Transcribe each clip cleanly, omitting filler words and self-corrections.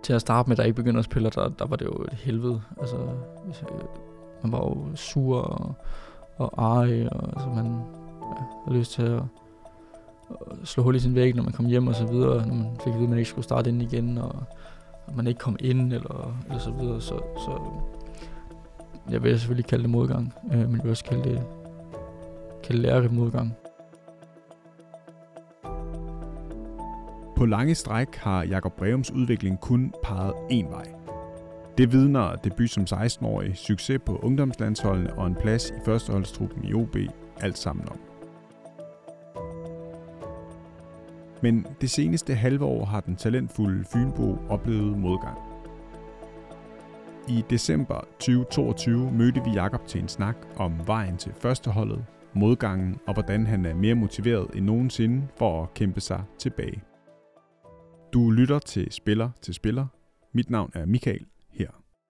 Til at starte med, da jeg ikke begyndte at spille, der var det jo et helvede. Altså, man var jo sur og arg, og altså, man havde lyst til at slå hul i sin væg, når man kom hjem og så videre, når man fik at vide, at man ikke skulle starte ind igen, og at man ikke kom ind, eller så videre. Så jeg vil selvfølgelig kalde det modgang, men jeg vil også kalde det lærerig modgang. På lange stræk har Jakob Breums udvikling kun peget én vej. Det vidner debut som 16-årig, succes på ungdomslandsholdene og en plads i førsteholdstruppen i OB alt sammen om. Men det seneste halve år har den talentfulde Fynbo oplevet modgang. I december 2022 mødte vi Jakob til en snak om vejen til førsteholdet, modgangen og hvordan han er mere motiveret end nogensinde for at kæmpe sig tilbage. Du lytter til Spiller til Spiller. Mit navn er Michael her.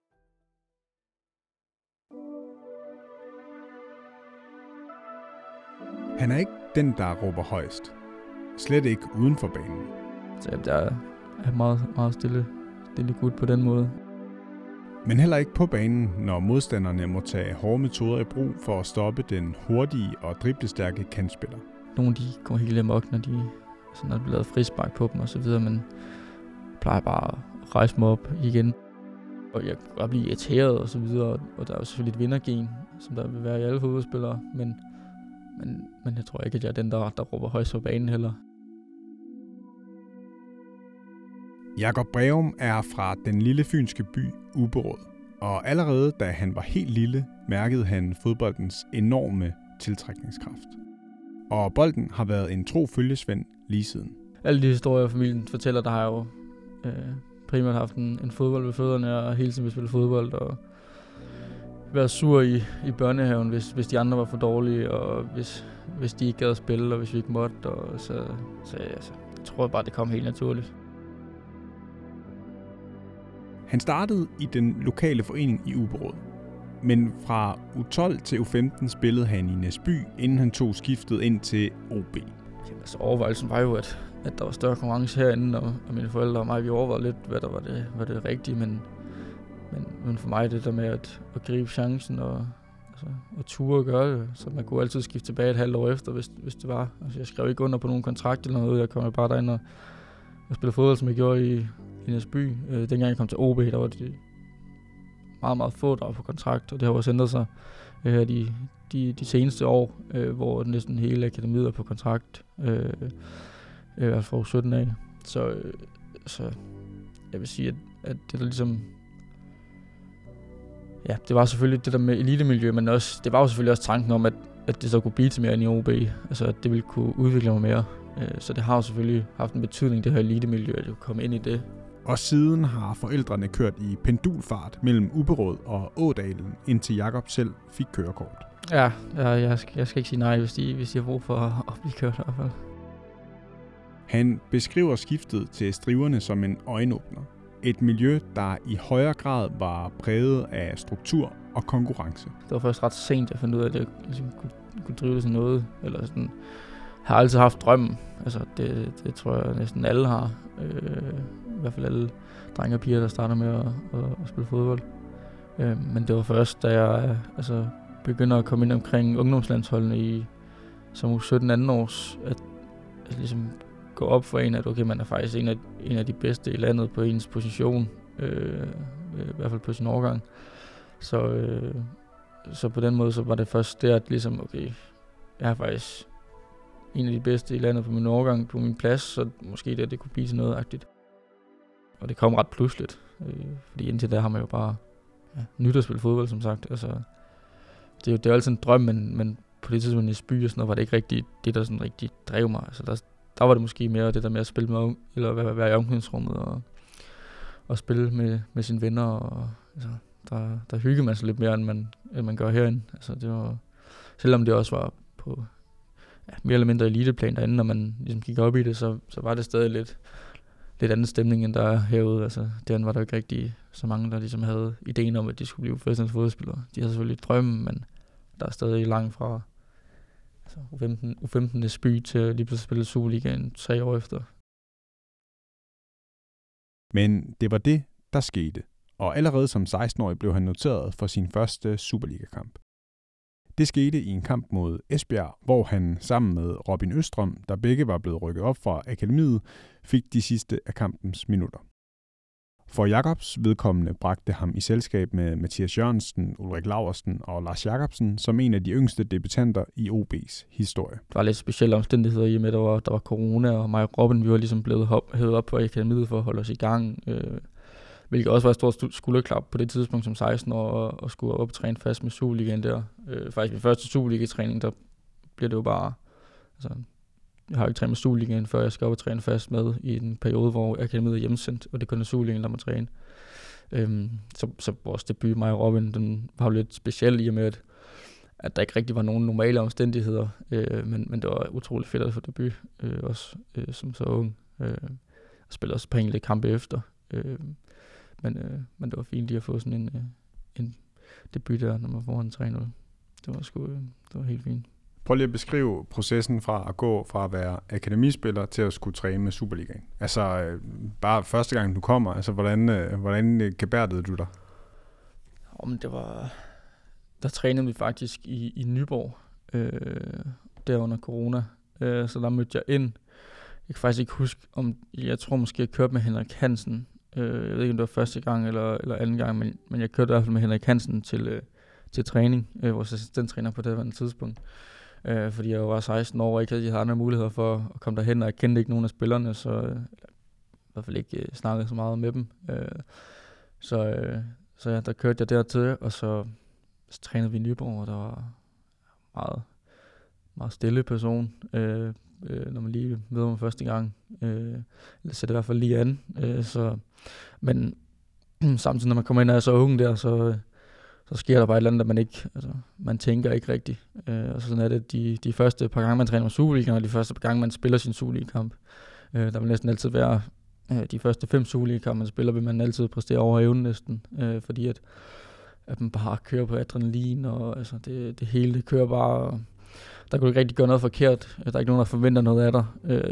Han er ikke den, der råber højst. Slet ikke uden for banen. Så jeg er meget, meget stille gut på den måde. Men heller ikke på banen, når modstanderne må tage hårde metoder i brug for at stoppe den hurtige og driblestærke kantspiller. Nogle de går helt amok, når der bliver lavet frispark på dem og så videre, men jeg plejer bare at rejse mig op igen. Og jeg kan godt blive irriteret og så videre, og der er jo selvfølgelig et vindergen, som der vil være i alle fodboldspillere, men jeg tror ikke, at jeg er den, der råber højst på banen heller. Jakob Breum er fra den lille fynske by Ubberød, og allerede da han var helt lille, mærkede han fodboldens enorme tiltrækningskraft. Og bolden har været en tro følgesvend lige siden. Alle de historier, familien fortæller, der har jeg jo primært haft en fodbold ved fødderne, og hele tiden vil spille fodbold, og være sur i børnehaven, hvis de andre var for dårlige, og hvis de ikke gad at spille, og hvis vi ikke måtte, og så jeg tror bare, det kom helt naturligt. Han startede i den lokale forening i Ubberød, men fra U12 til U15 spillede han i Næsby, inden han tog skiftet ind til OB. Jamen, altså, overvejelsen var jo, at der var større konkurrence herinde, og mine forældre og mig, vi overvejede lidt, hvad der var det rigtige, men for mig det der med at gribe chancen og ture og gøre det, så man kunne altid skifte tilbage et halvt år efter, hvis det var. Altså, jeg skrev ikke under på nogen kontrakt eller noget, jeg kom jo bare derind og spillede fodbold, som jeg gjorde i Næsby. Dengang jeg kom til OB, der var det meget, meget få, der var på kontrakt, og det har også ændret sig de seneste år, hvor næsten hele akademiet er på kontrakt, i hvert fald fra 17 af. Så jeg vil sige, at det der ligesom, ja, det var selvfølgelig det der med elitemiljø, men også, det var jo selvfølgelig også tanken om, at det så kunne blive til mere end i OB, altså at det ville kunne udvikle mig mere. Så det har jo selvfølgelig haft en betydning, det her elitemiljø, at jeg kunne komme ind i det. Og siden har forældrene kørt i pendulfart mellem Ubberød og Ådalen, indtil Jakob selv fik kørekort. Ja, jeg skal ikke sige nej, hvis de har brug for at blive kørt i hvert fald. Han beskriver skiftet til Striverne som en øjenåbner. Et miljø, der i højere grad var præget af struktur og konkurrence. Det var først ret sent, jeg fandt ud af, at jeg ligesom kunne drive det sådan noget. Eller sådan. Jeg har altid haft drømmen. Altså, det tror jeg næsten alle har. I hvert fald alle drenge og piger, der starter med at spille fodbold. Men det var først, da jeg begynder at komme ind omkring ungdomslandsholdene som 17-18 års, at ligesom gå op for en, at okay, man er faktisk en af de bedste i landet på ens position, i hvert fald på sin årgang. Så på den måde, så var det først der, at ligesom, okay, jeg er faktisk en af de bedste i landet på min årgang, på min plads, så måske det kunne blive til noget-agtigt. Og det kom ret pludseligt, fordi indtil der har man jo bare nyt at spille fodbold, som sagt. Altså, det er jo altid en drøm, men på det tidspunkt i Næsby og sådan noget, var det ikke rigtig det, der sådan rigtig drev mig. Altså, der var det måske mere det der med at spille med, eller være i omklædningsrummet og spille med sine venner. Og, altså, der hyggede man sig lidt mere, end man gør herinde. Altså, det var, selvom det også var på mere eller mindre eliteplan derinde, når man ligesom gik op i det, så var det stadig lidt anden stemning, end der er herude. Altså, derinde var der jo ikke rigtig så mange, der ligesom havde ideen om, at de skulle blive professionelle fodboldspillere. De havde selvfølgelig drømmen, men der er stadig langt fra U15 Næsby til lige pludselig spille Superligaen 3 år efter. Men det var det, der skete, og allerede som 16-årig blev han noteret for sin første Superliga-kamp. Det skete i en kamp mod Esbjerg, hvor han sammen med Robin Østrøm, der begge var blevet rykket op fra akademiet, fik de sidste af kampens minutter. For Jakobs vedkommende bragte det ham i selskab med Mathias Jørgensen, Ulrik Laursen og Lars Jacobsen som en af de yngste debutanter i OB's historie. Der var lidt specielle omstændigheder i med, at der var corona, og mig og Robin, vi var ligesom blevet hævet op på akademiet for at holde os i gang. Hvilket også var et stort skulderklap på det tidspunkt som 16 år, og skulle op og træne fast med Superligaen der. Faktisk min første Superliga-træning, der bliver det jo bare... Altså, jeg har jo ikke trænet med Superligaen, før jeg skal op og træne fast med i en periode, hvor akademiet er hjemsendt, og det kun er Superligaen, der må træne. Så vores debut, mig og Robin, den var jo lidt speciel i og med, at der ikke rigtig var nogen normale omstændigheder, men det var utroligt fedt at få debut, også som så ung. Og spillede også på enkelte kampe efter. Men det var fint lige at få sådan en debut der, når man får en 3-0. Det var helt fint. Prøv lige at beskrive processen fra at gå fra at være akademispiller til at skulle træne med Superligaen. Altså bare første gang du kommer, altså hvordan gebærdede du dig? Men der trænede vi faktisk i Nyborg, der under corona, så der mødte jeg ind. Jeg kan faktisk ikke huske, jeg tror måske jeg kørte med Henrik Hansen. Jeg ved ikke om det var første gang eller anden gang, men jeg kørte i hvert fald med Henrik Hansen til træning, vores assistenttræner på det her tidspunkt. Fordi jeg var 16 år og ikke havde andre muligheder for at komme derhen, og jeg kendte ikke nogen af spillerne, så i hvert fald ikke snakkede så meget med dem. Så ja, der kørte jeg dertil, og så trænede vi i Nyborg, og der var meget, meget stille person, når man lige møder mig første gang. Eller sætter i hvert fald lige an. Men samtidig, når man kommer ind og er så ung der, så sker der bare et eller andet, at man tænker ikke rigtigt. Og sådan er det de første par gange, man træner med Superligaen, og de første par gange, man spiller sin Superliga-kamp. Der vil næsten altid være de første 5 Superliga-kampe, man spiller, vil man altid præstere over evnen næsten. Fordi at man bare kører på adrenalin, og altså det hele det kører bare. Der kan du ikke rigtig gøre noget forkert. Der er ikke nogen, der forventer noget af dig.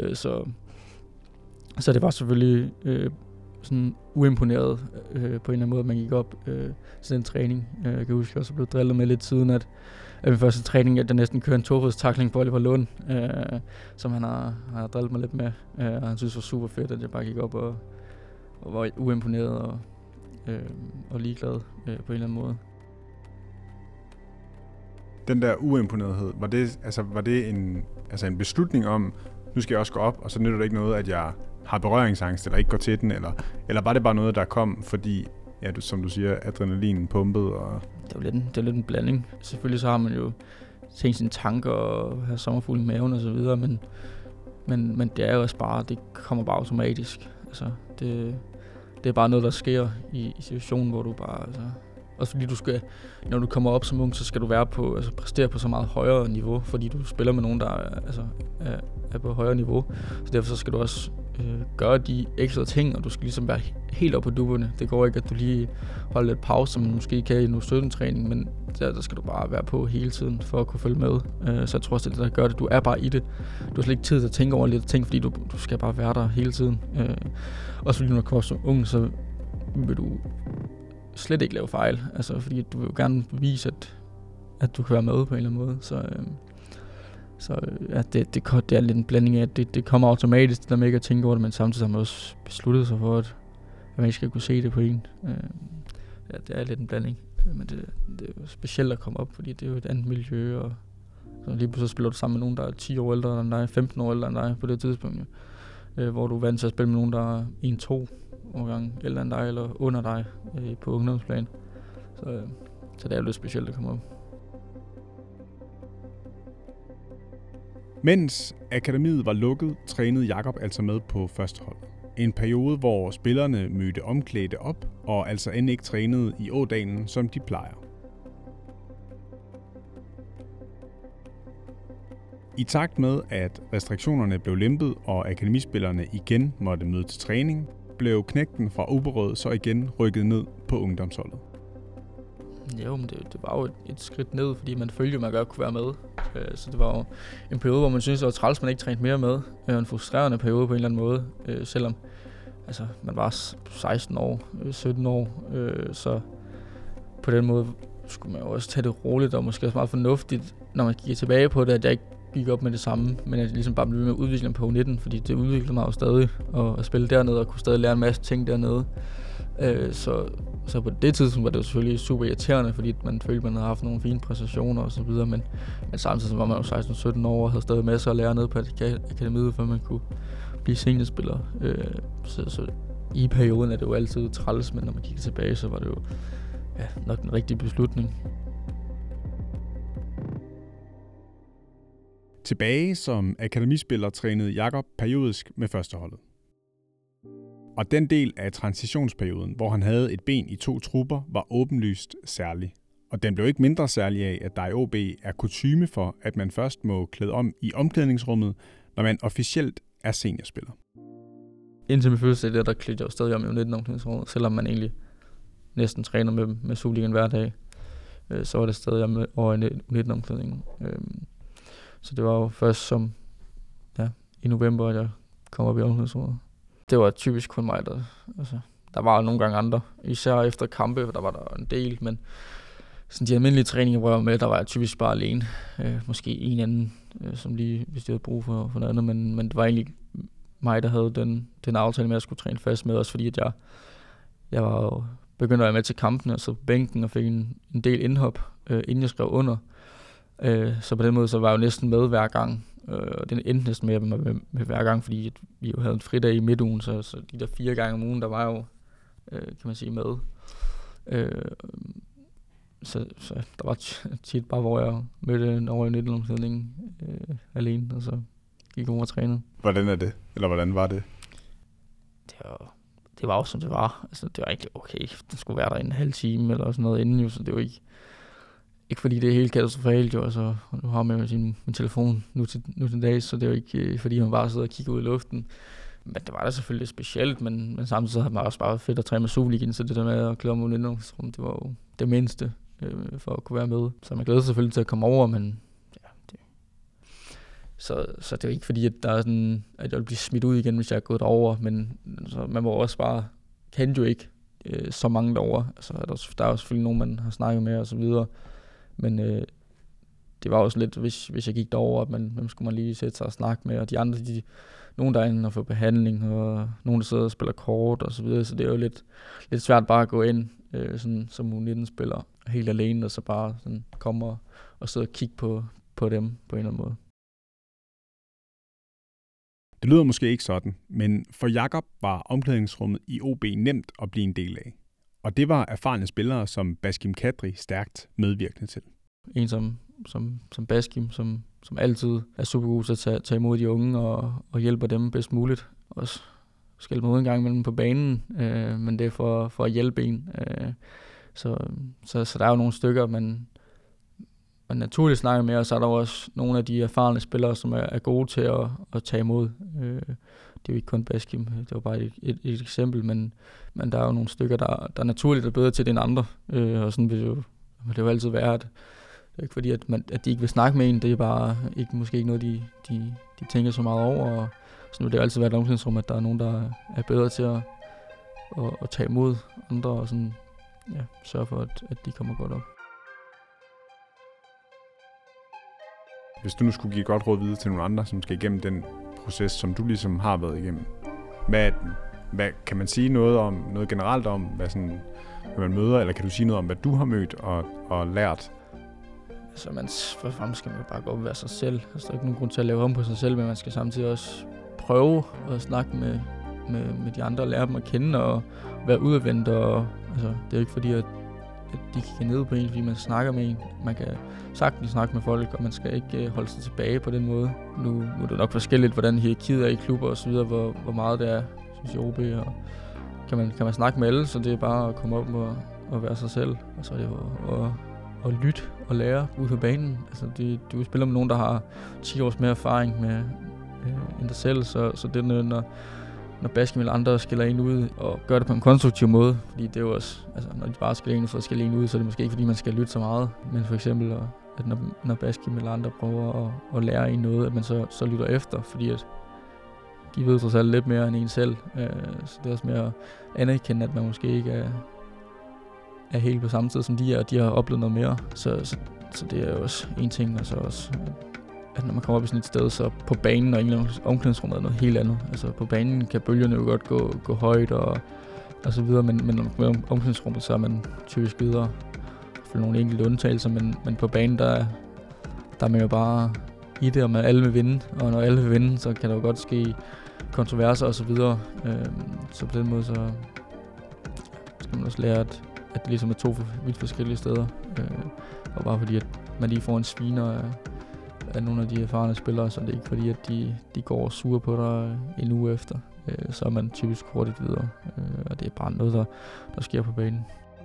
Så det var selvfølgelig sådan uimponeret på en eller anden måde, at man gik op til den træning. Jeg kan huske, at jeg også blev drillet med lidt siden, at min første træning, at jeg næsten kørte en tofodstakling på Oliver Lund, som han har drillet mig lidt med. Og han synes det var super fedt, at jeg bare gik op og var uimponeret og ligeglad på en eller anden måde. Den der uimponerethed, var det en beslutning om, nu skal jeg også gå op, og så nytter det ikke noget, at jeg har berøringsangst, eller ikke går til den, eller var det bare noget, der kom, fordi, ja, som du siger, adrenalinen pumpede? Og Det er lidt en blanding. Selvfølgelig så har man jo tænkt sine tanker og have sommerfugle i maven og så videre, men det er jo også bare, det kommer bare automatisk. Altså, det er bare noget, der sker i situationen, hvor du bare, også fordi når du kommer op som ung, så skal du præstere på så meget højere niveau, fordi du spiller med nogen, der er på højere niveau. Så derfor så skal du også gøre de ekstra ting, og du skal ligesom være helt oppe på dupperne. Det går ikke, at du lige holder lidt pause, som man måske kan i en U17-træning, men der skal du bare være på hele tiden for at kunne følge med. Så jeg tror også, det er det, der gør det. Du er bare i det. Du har slet ikke tid til at tænke over lidt ting, fordi du skal bare være der hele tiden. Også fordi når du kommer som ung, så vil du slet ikke lave fejl, altså fordi du vil jo gerne bevise, at du kan være med på en eller anden måde, så ja, det er lidt en blanding af, at det kommer automatisk, det der med ikke at tænke over det, men samtidig har man også besluttet sig for, at man ikke skal kunne se det på en. Ja, det er lidt en blanding, men det er jo specielt at komme op, fordi det er jo et andet miljø, og så lige pludselig spiller du sammen med nogen, der er 10 år ældre end dig, 15 år ældre end dig på det tidspunkt, hvor du er vant til at spille med nogen, der er 1-2 årgang ældre end dig, eller under dig på ungdomsplan. Så det er jo lidt specielt at komme op. Mens akademiet var lukket, trænede Jakob altså med på førsteholdet. En periode, hvor spillerne mødte omklædte op, og altså end ikke trænede i Ådalen, som de plejer. I takt med, at restriktionerne blev lempet, og akademispillerne igen måtte møde til træning, blev knægten fra Ubberød så igen rykket ned på ungdomsholdet. Jo, men det var jo et skridt ned, fordi man følte, at man godt kunne være med. Så det var jo en periode, hvor man syntes, at det var træls, man ikke trænede mere med. En frustrerende periode på en eller anden måde, selvom altså man var 16 år, 17 år, så på den måde skulle man jo også tage det roligt, og måske også meget fornuftigt, når man gik tilbage på det, at jeg ikke gik op med det samme, men at jeg ligesom bare blev med at udvikle mig på U19, fordi det udviklede mig jo stadig, at spille dernede, og kunne stadig lære en masse ting dernede. Så på det tidspunkt var det jo selvfølgelig super irriterende, fordi man følte, man havde haft nogle fine præstationer og så videre, men samtidig var man jo 16-17 år og havde stadig masser at lære nede på akademiet, før man kunne blive seniorspiller. Så i perioden er det jo altid træls, men når man kigger tilbage, så var det jo nok den rigtige beslutning. Tilbage som akademispiller trænede Jakob periodisk med førsteholdet. Og den del af transitionsperioden, hvor han havde et ben i 2 trupper, var åbenlyst særlig. Og den blev ikke mindre særlig af, at der i OB er kutyme for, at man først må klæde om i omklædningsrummet, når man officielt er seniorspiller. Indtil min fødselsdag der klædte jeg jo stadig om i U19-omklædningsrummet, selvom man egentlig næsten træner med Superligaen hver dag. Så var det stadig over i U19-omklædningen. Så det var jo først i november, at jeg kom op i omklædningsrummet. Det var typisk kun mig, der var nogle gange andre. Især efter kampe, der var der en del, men sådan de almindelige træninger, hvor jeg var med, der var jeg typisk bare alene. Måske en anden, som lige, hvis de havde brug for noget andet, men det var egentlig mig, der havde den aftale med, at jeg skulle træne fast med, også fordi at jeg var jo begyndt at være med til kampene, og så på bænken og fik en del indhop, inden jeg skrev under. Så på den måde, så var jeg jo næsten med hver gang. Og det endte næsten med hver gang, fordi vi jo havde en fridag i midtugen, så de der 4 gange om ugen, der var jo, kan man sige, med. Så der var tit bare, hvor jeg mødte over i 19-omklædningen alene, og så gik over og trænede. Hvordan er det? Eller hvordan var det? Det var jo, som det var. Altså, det var egentlig okay. Den skulle være der en halv time eller sådan noget inden, jo, så det var ikke fordi det er helt katastrofalt, jo. Altså, nu har man jo min telefon nu til dags, så det er jo ikke fordi man bare sidder og kigger ud i luften. Men det var da selvfølgelig specielt, men samtidig så havde man også bare fedt at træne med Superligaen, så det der med at klæde om det var jo det mindste for at kunne være med. Så man glæder sig selvfølgelig til at komme over, men så det er jo ikke fordi, at der er sådan, at jeg vil blive smidt ud igen, hvis jeg er gået derover, men så man må også bare, kan jo ikke så mange derovre. Altså, der er jo selvfølgelig nogen, man har snakket med og så videre, men det var også lidt, hvis jeg gik derover, at hvem skulle man lige sætte sig og snakke med, og de andre, nogen der er inde og få behandling, og nogen der sidder og spiller kort og så videre, så det er jo lidt svært bare at gå ind sådan, som U19-spiller helt alene, og så bare sådan komme og sidde og kigge på dem på en eller anden måde. Det lyder måske ikke sådan, men for Jakob var omklædningsrummet i OB nemt at blive en del af. Og det var erfarne spillere som Baskim Kadri stærkt medvirkende til. En som Baskim, som altid er super god til at tage imod de unge og hjælper dem bedst muligt. Også skælde mig ud en gang imellem på banen, men det er for at hjælpe en. Så der er jo nogle stykker, man naturligt snakker med, og så er der også nogle af de erfarne spillere, som er gode til at tage imod. Det er jo ikke kun Baskim, det var bare et eksempel, men der er jo nogle stykker, der naturligt er bedre til det end andre, og sådan vil det jo altid være, at det er ikke fordi, at de ikke vil snakke med en, det er bare måske ikke noget, de tænker så meget over, og sådan vil det jo altid være et omklædningsrum, at der er nogen, der er bedre til at tage imod andre, og sådan, sørge for, at de kommer godt op. Hvis du nu skulle give godt råd videre til nogle andre, som skal igennem den proces, som du ligesom har været igennem, hvad kan man sige noget generelt om, hvad man møder, eller kan du sige noget om, hvad du har mødt og lært? Altså, for frem skal man bare gå op og være sig selv. Altså, der er ikke nogen grund til at lave om på sig selv, men man skal samtidig også prøve at snakke med de andre, og lære dem at kende og være udadvendt. Altså, det er jo ikke fordi, at de kigger ned på en, fordi man snakker med en. Man kan sagtens snakke med folk, og man skal ikke holde sig tilbage på den måde. Nu er det nok forskelligt, hvordan hierarkiet er i klubber og så videre, hvor meget det er, synes jeg, OB. Og kan man snakke med alle, så det er bare at komme op og være sig selv. Og så er det jo at lytte og lære ude på banen. Altså, du spiller med nogen, der har 10 års mere erfaring med end dig selv, så det er når Baskim eller andre skiller en ud og gør det på en konstruktiv måde, fordi det er jo også, altså når de bare skiller en ud for at skille en ud, så er det måske ikke fordi man skal lytte så meget, men for eksempel at når Baskim eller andre prøver at lære en noget, at man så lytter efter, fordi at de ved trods alt lidt mere end en selv. Så det er også mere at anerkende, at man måske ikke er helt på samme tid som de er, og de har oplevet noget mere. Så det er jo også en ting, og så også, at når man kommer op i sådan et sted, så på banen og omklædningsrummet er noget helt andet. Altså på banen kan bølgerne jo godt gå højt og så videre, men når man kommer i omklædningsrummet, så er man typisk videre. For nogle enkelte undtagelser, men på banen, der er man jo bare i det, og man alle vil vinde, og når alle vil vinde, så kan der jo godt ske kontroverser og så videre. Så på den måde, så skal man også lære, at det ligesom er to vidt forskellige steder. Og bare fordi, at man lige får en sviner af nogle af de erfarne spillere, så det er ikke fordi, at de går sure på dig en uge efter. Så er man typisk hurtigt videre, og det er bare noget, der sker på banen.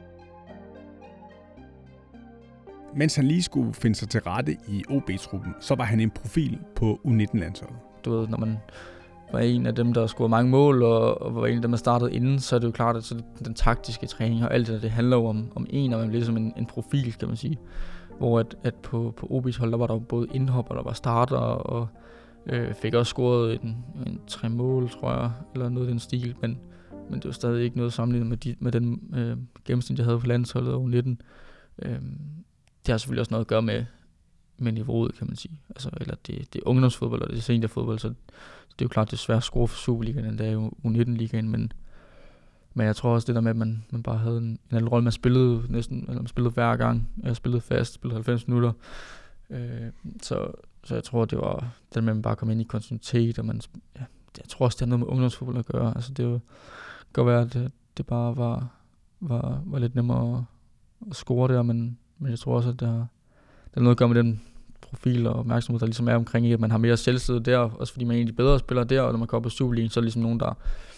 Mens han lige skulle finde sig til rette i OB-truppen, så var han en profil på U19-landsholdet. Du ved, når man var en af dem, der scorede mange mål, og var en af dem, der startede inden, så er det jo klart, at så den taktiske træning og alt det handler jo om en, og man bliver ligesom en profil, kan man sige. Hvor at på OB's hold, der var der både indhop, og der var starter, og fik også scoret en 3 mål, tror jeg, eller noget i den stil, men det var stadig ikke noget sammenlignet med den gennemsnit, jeg havde på landsholdet over 19. Det har selvfølgelig også noget at gøre med niveauet, kan man sige. Altså, eller det er ungdomsfodbold, og det er seniorfodbold, så det er jo klart, det er svært at score for Superligaen, end det er jo U19-ligaen, men jeg tror også det der med, at man bare havde en anden rolle, man spillede næsten, eller man spillede hver gang, jeg spillede fast, spillede 90 minutter, så jeg tror, det var det med, at man bare kom ind i kontinuitet, og jeg tror også, det har noget med ungdomsfodbold at gøre. Altså, det kan godt være, at det bare var lidt nemmere at score der, men jeg tror også, at der er noget at gøre med den profil og opmærksomhed, der ligesom er omkring i, at man har mere selvstændighed der, også fordi man er en af de bedre spillere der, og når man kommer på Superligaen, så er det ligesom nogen, der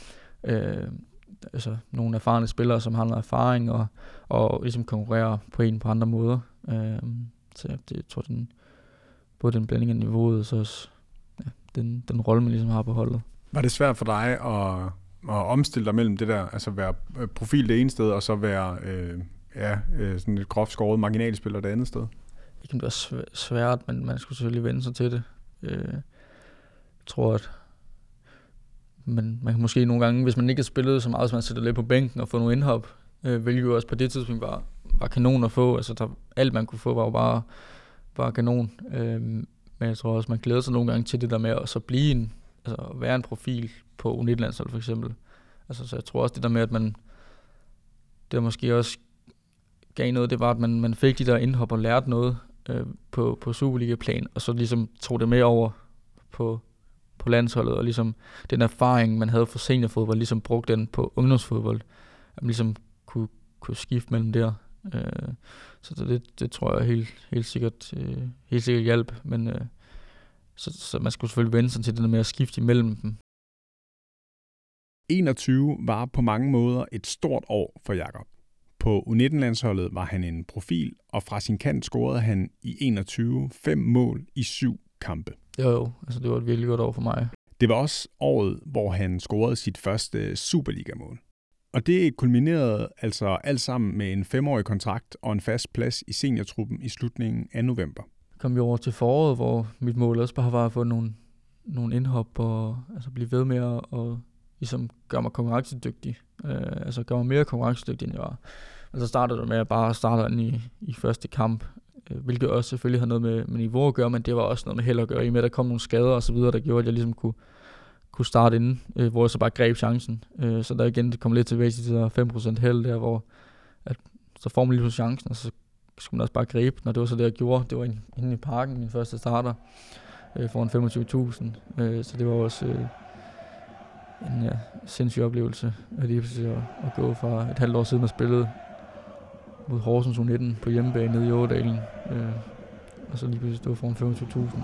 nogle erfarne spillere, som har noget erfaring, og ligesom konkurrerer på andre måder. Så jeg tror, både den blanding af niveauet, og så også den rolle, man ligesom har på holdet. Var det svært for dig at omstille dig mellem det der, altså være profil det ene sted, og så være sådan et groft skåret marginalspiller det andet sted? Det kan være svært, men man skulle selvfølgelig vende sig til det. Jeg tror, at man kan måske nogle gange, hvis man ikke har spillet så meget, så man sætter lidt på bænken og får nogle indhop, hvilket jo også på det tidspunkt var kanon at få. Altså alt man kunne få var jo bare kanon. Men jeg tror også, man glæder sig nogle gange til det der med at så blive at være en profil på U19-landsholdet for eksempel. Altså, så jeg tror også det der med, at man det måske også gav noget, det var, at man fik de der indhop og lærte noget på Superliga-plan, og så ligesom tog det med over på landsholdet, og ligesom den erfaring, man havde fra seniorfodbold, ligesom brugte den på ungdomsfodbold, at man ligesom kunne skifte mellem der. Så det tror jeg helt sikkert hjælp, men så man skulle selvfølgelig vende sig til det der med at skifte imellem dem. 21 var på mange måder et stort år for Jakob. På U19-landsholdet var han en profil, og fra sin kant scorede han i 21 5 mål i 7 kampe. Jo, altså det var et virkelig godt år for mig. Det var også året, hvor han scorede sit første Superliga-mål. Og det kulminerede altså alt sammen med en 5-årig kontrakt og en fast plads i seniortruppen i slutningen af november. Jeg kom jo over til foråret, hvor mit mål også bare var at få nogle indhop og altså blive ved med at ligesom gøre mig konkurrencedygtig. Altså gøre mig mere konkurrencedygtig, end jeg var. Og så startede det med at bare starte ind i første kamp, hvilket også selvfølgelig havde noget med niveau at gøre, men det var også noget med held at gøre, i med at der kom nogle skader og så videre, der gjorde, at jeg ligesom kunne starte inden, hvor jeg så bare greb chancen. Så der igen, det kom lidt tilbage til de der 5% held der, hvor at, så får man lige chancen, og så skulle man også bare gribe, når det var så det, jeg gjorde. Det var inde i parken, min første starter, foran 25.000. Så det var også en sindssyg oplevelse, at lige at gå fra et halvt år siden og spillede mod Horsens U19 på hjemmebane nede i Ådalen, og så lige pludselig stod foran 25.000.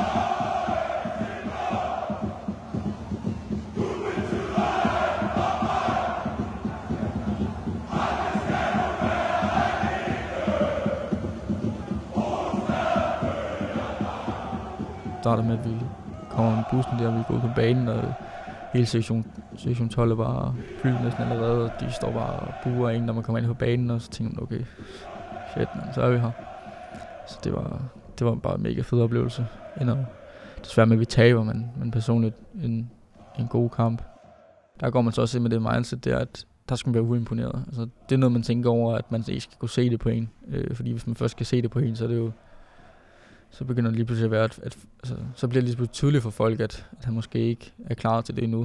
Starter med, at vi kommer med bussen der, vi går ud på banen, og hele sektion 12 er bare fyldt næsten allerede, og de står bare og buer en, når man kommer ind på banen, og så tænker man, okay, shit, så er vi her. Så det var bare en mega fed oplevelse. Desværre med, at vi taber, men personligt en god kamp. Der går man så også ind med det mindset der, at der skal man være uimponeret. Altså, det er noget, man tænker over, at man ikke skal kunne se det på en. Fordi hvis man først skal se det på en, så er det jo, så begynder det lige pludselig at være, så bliver det lige pludselig tydeligt for folk, at han måske ikke er klar til det endnu.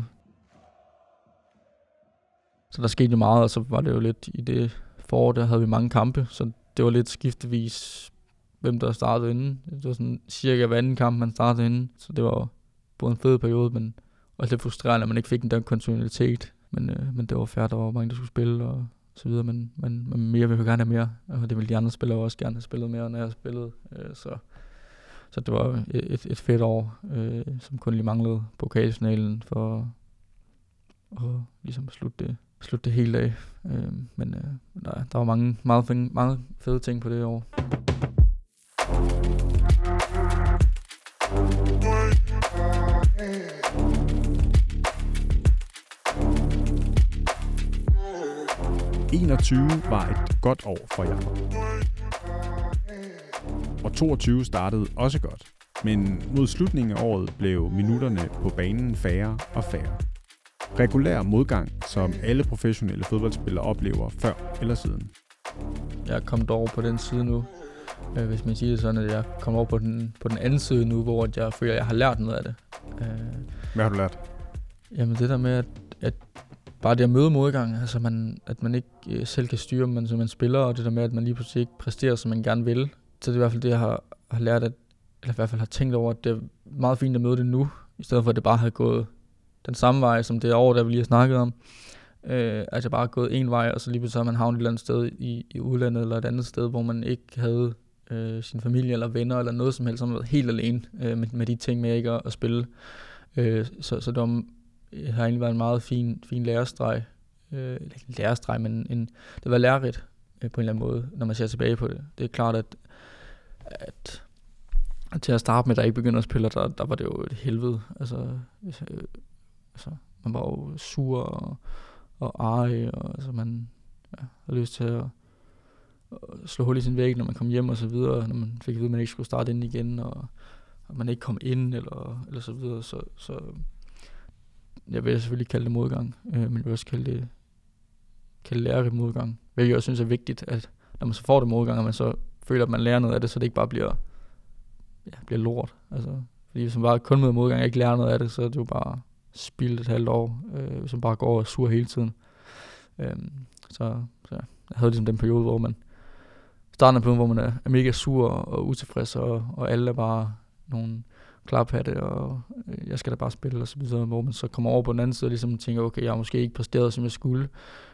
Så der skete jo meget, og så var det jo lidt i det forår, der havde vi mange kampe, så det var lidt skiftevis, hvem der startede inden. Det var sådan cirka hver anden kamp, man startede inden, så det var både en fed periode, men også lidt frustrerende, at man ikke fik den der kontinuitet. Men det var fair, der var mange, der skulle spille og så videre, men mere vil vi gerne have mere, og det ville de andre spillere også gerne have spillet mere, når jeg spillede. Så det var et fedt år, som kun lige manglede pokalfinalen for at ligesom slutte det hele af. Men der var mange meget fede ting på det år. '21 var et godt år for Jakob. Og 22 startede også godt, men mod slutningen af året blev minutterne på banen færre og færre. Regulær modgang, som alle professionelle fodboldspillere oplever før eller siden. Jeg er kommet over på den side nu, hvis man siger det sådan, at jeg kommer over på den anden side nu, hvor jeg føler, at jeg har lært noget af det. Hvad har du lært? Jamen det der med, at bare det at møde modgang, altså at man ikke selv kan styre, men som man spiller, og det der med, at man lige pludselig ikke præsterer, som man gerne vil. Så det er i hvert fald det, jeg har lært, eller i hvert fald har tænkt over, at det er meget fint at møde det nu, i stedet for at det bare havde gået den samme vej, som det år, der vi lige har snakket om. At jeg bare har gået en vej, og så lige pludselig har man havnet et eller andet sted i udlandet, eller et andet sted, hvor man ikke havde sin familie, eller venner, eller noget som helst, som har været helt alene med de ting med ikke at spille. Så det har egentlig været en meget fin lærestreg. Ikke en lærestreg, men det var lærerigt på en eller anden måde, når man ser tilbage på det. Det er klart, at til at starte med, da jeg ikke begyndte at spille, der var det jo et helvede. Altså man var jo sur og arg, og altså man havde lyst til at slå hul i sin væg, når man kom hjem og så videre, når man fik at vide, at man ikke skulle starte ind igen, og man ikke kom ind, eller så videre. Så jeg vil selvfølgelig kalde det modgang, men jeg vil også kalde det lærerig modgang. Hvilket jeg også synes er vigtigt, at når man så får det modgang, og man så føler, at man lærer noget af det, så det ikke bare bliver lort. Altså, fordi hvis man bare kun med modgang ikke lærer noget af det, så er det jo bare spildt et halvt år, hvis man bare går og er sur hele tiden. Så jeg havde ligesom den periode, hvor man starter på, hvor man er mega sur og utilfreds, og alle er bare nogle klaphatte, og jeg skal da bare spille, og så videre, hvor man så kommer over på den anden side, og ligesom tænker, okay, jeg har måske ikke præsteret, som jeg skulle,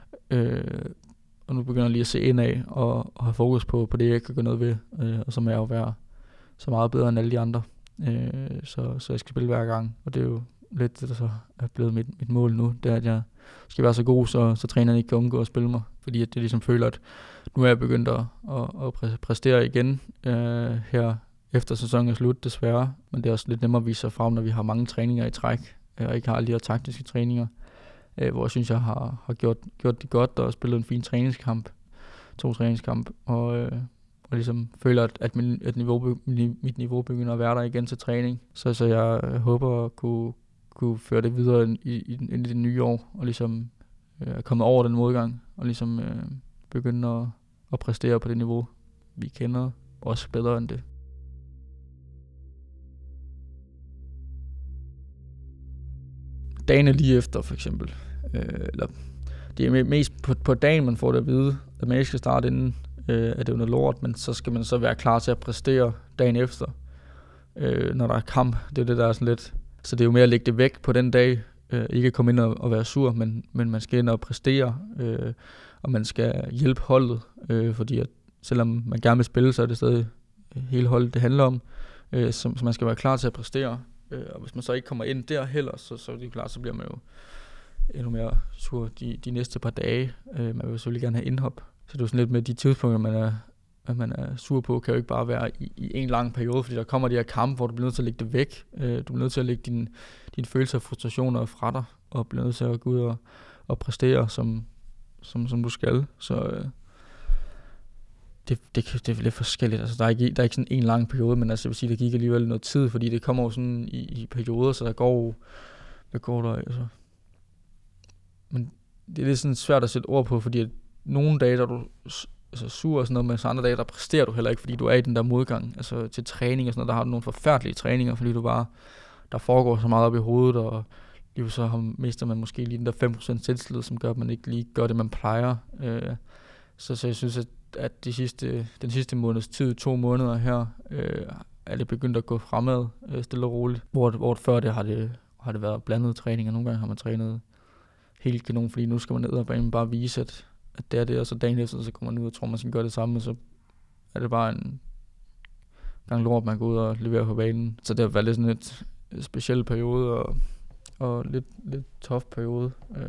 og nu begynder jeg lige at se indad, og have fokus på det, jeg kan gøre noget ved, og så må jeg jo være så meget bedre end alle de andre, så jeg skal spille hver gang, og det er jo lidt det, der så er blevet mit mål nu, det er, at jeg skal være så god, så træneren ikke kan undgå at spille mig, fordi at jeg ligesom føler, at nu er jeg begyndt at præstere igen her efter sæsonen er slut, desværre, men det er også lidt nemmere at vise sig frem, når vi har mange træninger i træk, og ikke har alle de her taktiske træninger, hvor jeg synes, jeg har gjort det godt, og spillet en fin træningskamp, 2 træningskamp, og ligesom føler, at mit niveau begynder at være der igen til træning, så jeg håber at kunne føre det videre ind i det nye år, og ligesom komme over den modgang, og ligesom begynde at præstere på det niveau, vi kender, også bedre end det. Dagene lige efter, for eksempel. Eller det er mest på dagen, man får det at vide, at man ikke skal starte inden, at det er noget lort, men så skal man så være klar til at præstere dagen efter, når der er kamp. Det er det, der er sådan lidt. Så det er jo mere at lægge det væk på den dag, ikke at komme ind og være sur, men man skal ind og præstere, og man skal hjælpe holdet, fordi at selvom man gerne vil spille, så er det stadig hele holdet, det handler om, så man skal være klar til at præstere. Og hvis man så ikke kommer ind der heller, så er det klart, så bliver man jo endnu mere sur de næste par dage. Man vil selvfølgelig gerne have indhop. Så det er jo sådan lidt med de tidspunkter, man er sur på, kan jo ikke bare være i en lang periode, fordi der kommer de her kampe, hvor du bliver nødt til at lægge det væk. Du bliver nødt til at lægge dine følelser og frustrationer fra dig, og bliver nødt til at gå ud og præstere, som du skal. Så det er lidt forskelligt. Altså, der er ikke sådan en lang periode, men altså, jeg vil sige, der gik alligevel noget tid, fordi det kommer jo sådan i perioder, så der går kortere af, altså. Men det er lidt sådan svært at sætte ord på, fordi at nogle dage, der er du sur og sådan noget, men så andre dage, der præsterer du heller ikke, fordi du er i den der modgang. Altså til træning og sådan noget, der har du nogle forfærdelige træninger, fordi du bare, der foregår så meget op i hovedet, og lige så mister man måske lige den der 5% selvtillid, som gør, at man ikke lige gør det, man plejer. Så jeg synes, at den sidste måneds tid, 2 måneder her, er det begyndt at gå fremad, stille og roligt. Hvor før det har det været blandet træning, og nogle gange har man trænet helt kanon, fordi nu skal man ned og bare vise, at det er det, og så dagen efter, så kommer man ud og tror, man skal gøre det samme, og så er det bare en gang lort, man går ud og leverer på banen. Så det har været lidt sådan et speciel periode, og lidt tough periode.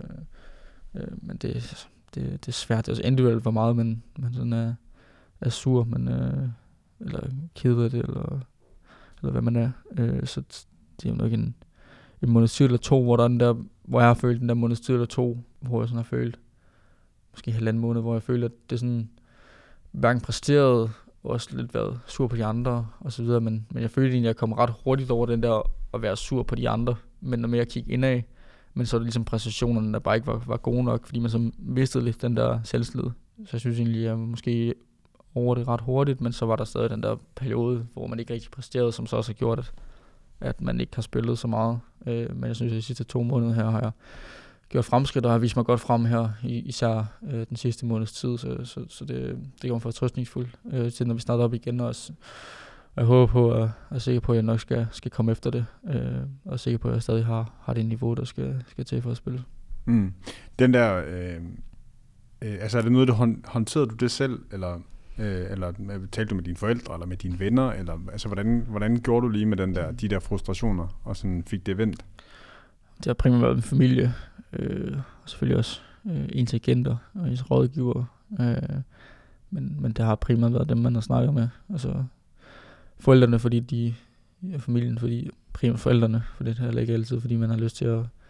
Men det er svært. Det er også individuelt, hvor meget man sådan er sur, eller ked af det, eller hvad man er. Så det er jo nok en måneds tid eller 2, hvor jeg har følt den der måneds tid eller 2, hvor jeg sådan har følt, måske 1,5 måned, hvor jeg følte, at det sådan hverken præsterede, og også lidt været sur på de andre, og så videre, men jeg følte egentlig, at jeg kom ret hurtigt over den der at være sur på de andre, men når jeg kiggede indad, men så er det ligesom præstationerne, der bare ikke var gode nok, fordi man så mistede lidt den der selvtillid. Så jeg synes egentlig, at jeg måske over det ret hurtigt, men så var der stadig den der periode, hvor man ikke rigtig præsterede, som så også har gjort, at man ikke har spillet så meget. Men jeg synes, at de sidste 2 måneder her har jeg gjort fremskridt, og har vist mig godt frem her, især den sidste måneds tid, så det gør mig fortrøstningsfuldt til, når vi starter op igen, og jeg håber på, at jeg er sikker på, at jeg nok skal komme efter det, og er sikker på, at jeg stadig har det niveau, der skal til for at spille. Den der, altså er det noget, håndterede du det selv, eller talte du med dine forældre, eller med dine venner, eller altså hvordan gjorde du lige med de der frustrationer, og sådan fik det vendt? Det har primært været min familie, og selvfølgelig også ens agenter og ens rådgiver, men det har primært været dem, man har snakket med, altså forældrene, fordi familien, fordi primært forældrene, for det er heller ikke altid, fordi man har lyst til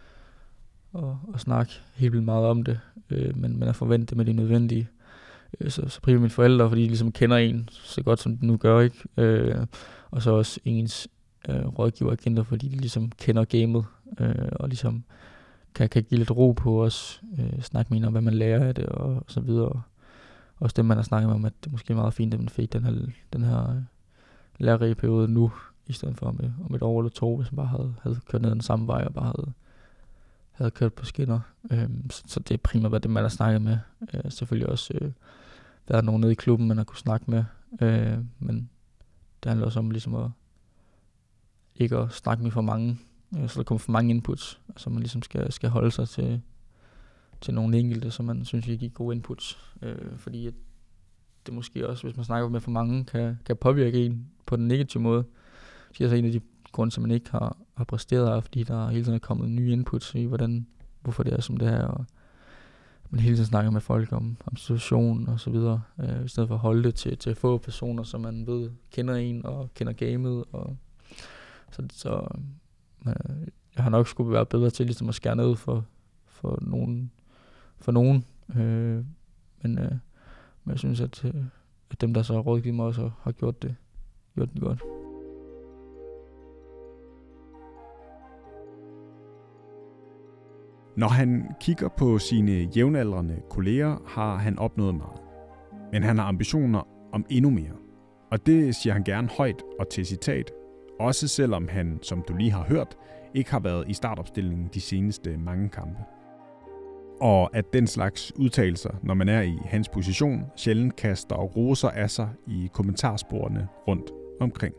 at snakke helt vildt meget om det, men man er forventet med det nødvendige. Så primært mine forældre, fordi de ligesom kender en så godt, som de nu gør, ikke? Og så også ens rådgiver og agenter, fordi de ligesom kender gamet, og ligesom kan give lidt ro på os, snakke med en om, hvad man lærer af det, og så videre. Også dem, man har snakket med om, at det måske er meget fint, at man fik den her lærerige periode nu, i stedet for om et år eller 2, hvis man bare havde kørt ned den samme vej, og bare havde kørt på skinner. Så det er primært, hvad det man har snakket med. Selvfølgelig også været nogen nede i klubben, man har kunne snakke med. Men det handler også om ligesom ikke at snakke med for mange, så der kommer for mange inputs, så man ligesom skal holde sig til nogle enkelte, så man synes, at give gode inputs. Fordi at det måske også, hvis man snakker med for mange, kan påvirke en på den negative måde. Det er altså en af de grunde, som man ikke har præsteret af, fordi der hele tiden er kommet nye inputs i, hvorfor det er som det er, og man hele tiden snakker med folk om situationen og så videre, i stedet for at holde det til få personer, som man ved kender en og kender gamet, og så jeg har nok skulle være bedre til ligesom at skære ned for nogen, men jeg synes, at dem, der så har rådgivet mig, også har gjort det godt. Når han kigger på sine jævnaldrende kolleger, har han opnået meget. Men han har ambitioner om endnu mere. Og det siger han gerne højt og til citat, også selvom han, som du lige har hørt, ikke har været i startopstillingen de seneste mange kampe. Og at den slags udtalelser, når man er i hans position, sjældent kaster og roser af sig i kommentarsporene rundt omkring.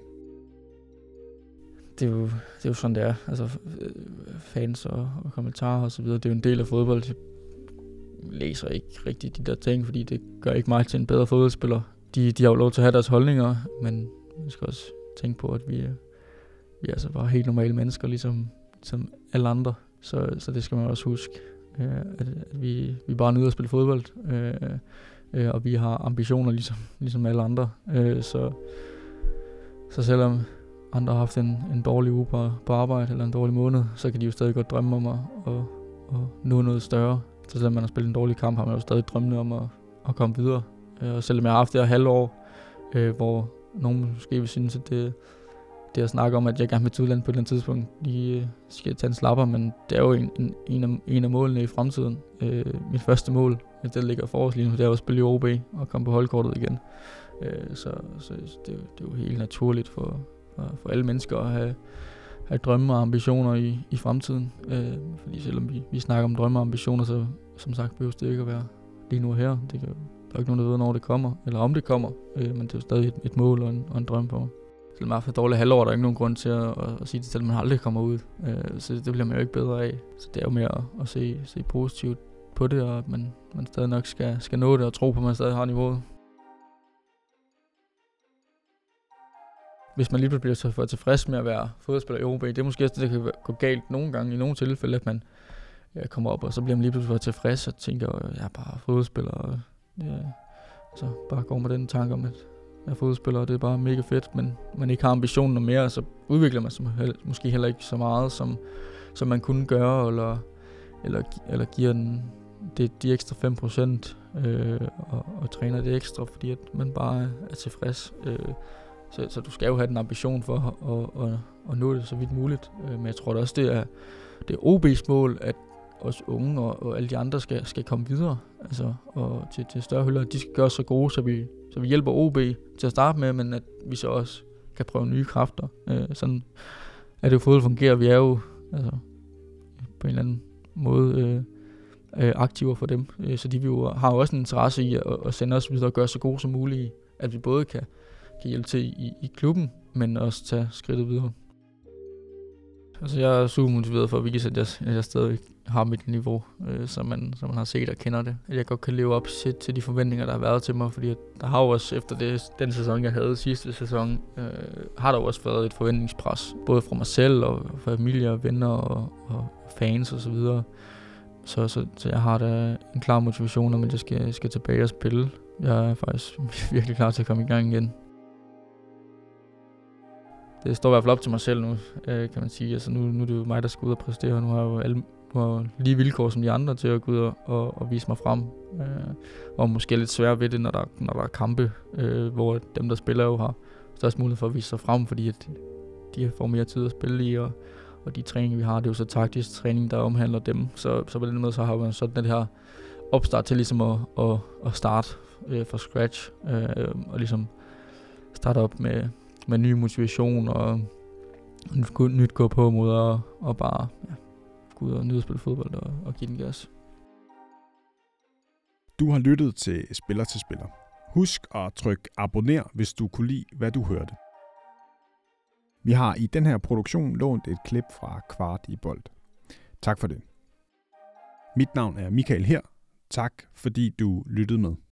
Det er jo sådan, det er. Altså fans og kommentarer og så videre, det er jo en del af fodbold. Jeg læser ikke rigtig de der ting, fordi det gør ikke mig til en bedre fodboldspiller. De har jo lov til at have deres holdninger, men man skal også tænke på, at vi er altså bare helt normale mennesker, ligesom alle andre. Så det skal man også huske, at vi bare nyder at spille fodbold, og vi har ambitioner ligesom alle andre. Så selvom andre har haft en dårlig uge på arbejde, eller en dårlig måned, så kan de jo stadig godt drømme om at nå noget større. Så selvom man har spillet en dårlig kamp, har man jo stadig drømmende om at komme videre. Og selvom jeg har haft det her halvår, hvor nogen måske vil synes, at det det at snakke om, at jeg gerne vil til udlandet på et eller andet tidspunkt, lige skal tage en slapper, men det er jo en af målene i fremtiden. Mit første mål, det ligger for os lige nu, det er at spille i OB og komme på holdkortet igen. Så det er jo helt naturligt for alle mennesker at have drømme og ambitioner i fremtiden. Fordi selvom vi snakker om drømme og ambitioner, så som sagt behøver det ikke at være lige nu og her. Der er ikke nogen, der ved, når det kommer, eller om det kommer, men det er jo stadig et mål og en drøm for mig. Selvom jeg har haft et dårligt halvår, der er ikke nogen grund til at sige det, selvom man aldrig kommer ud. Så det bliver man jo ikke bedre af. Så det er jo mere at se positivt på det, og at man stadig nok skal nå det, og tro på, at man stadig har niveauet. Hvis man lige bliver så tilfreds med at være fodboldspiller i OB, det er måske også det, der kan gå galt nogle gange, i nogle tilfælde, at man kommer op, og så bliver man lige pludselig tilfreds og tænker, at jeg er bare fodboldspiller, og så bare går med den tanke om, at jeg er fodboldspiller, og det er bare mega fedt, men man ikke har ambitionen om mere, så udvikler man sig måske heller ikke så meget, som man kunne gøre, eller giver den de ekstra 5%, og træner det ekstra, fordi at man bare er tilfreds. Så du skal jo have den ambition for at nå det så vidt muligt. Men jeg tror da også, det er OB's mål, at os unge og alle de andre skal komme videre. Altså, og til større hylder, at de skal gøre så gode, så vi hjælper OB til at starte med, men at vi så også kan prøve nye kræfter. Sådan er det jo fodbold fungerer. Vi er jo altså, på en eller anden måde aktiver for dem. Så de har jo også en interesse i at sende os videre og gøre så gode som muligt, at vi både kan hjælpe til i klubben, men også tage skridtet videre. Altså jeg er super motiveret for at vise, at jeg stadig har mit niveau, så man har set og kender det. At jeg godt kan leve op til de forventninger, der har været til mig, fordi at der har jo også efter den sæson, jeg havde sidste sæson, har der jo også været et forventningspres, både fra mig selv og fra familie og venner og fans og så videre. Så jeg har da en klar motivation om, at jeg skal tilbage og spille. Jeg er faktisk virkelig klar til at komme i gang igen. Det står i hvert fald op til mig selv nu, kan man sige. Altså nu er det jo mig, der skal ud og præstere, og nu har jeg jo lige vilkår som de andre til at gå ud og vise mig frem. Og måske lidt svært ved det, når der er kampe, hvor dem, der spiller, jo har størst mulighed for at vise sig frem, fordi at de får mere tid at spille i, og de træninger, vi har, det er jo så taktisk træning, der omhandler dem. Så på den måde, så har man sådan det her opstart til ligesom at starte fra scratch, og ligesom starte op med ny motivation og nyt gå på mod og bare gå ud og nyde at spille fodbold og give den gas. Du har lyttet til Spiller til Spiller. Husk at trykke abonner, hvis du kunne lide, hvad du hørte. Vi har i den her produktion lånt et klip fra Kvart i Bold. Tak for det. Mit navn er Michael her. Tak fordi du lyttede med.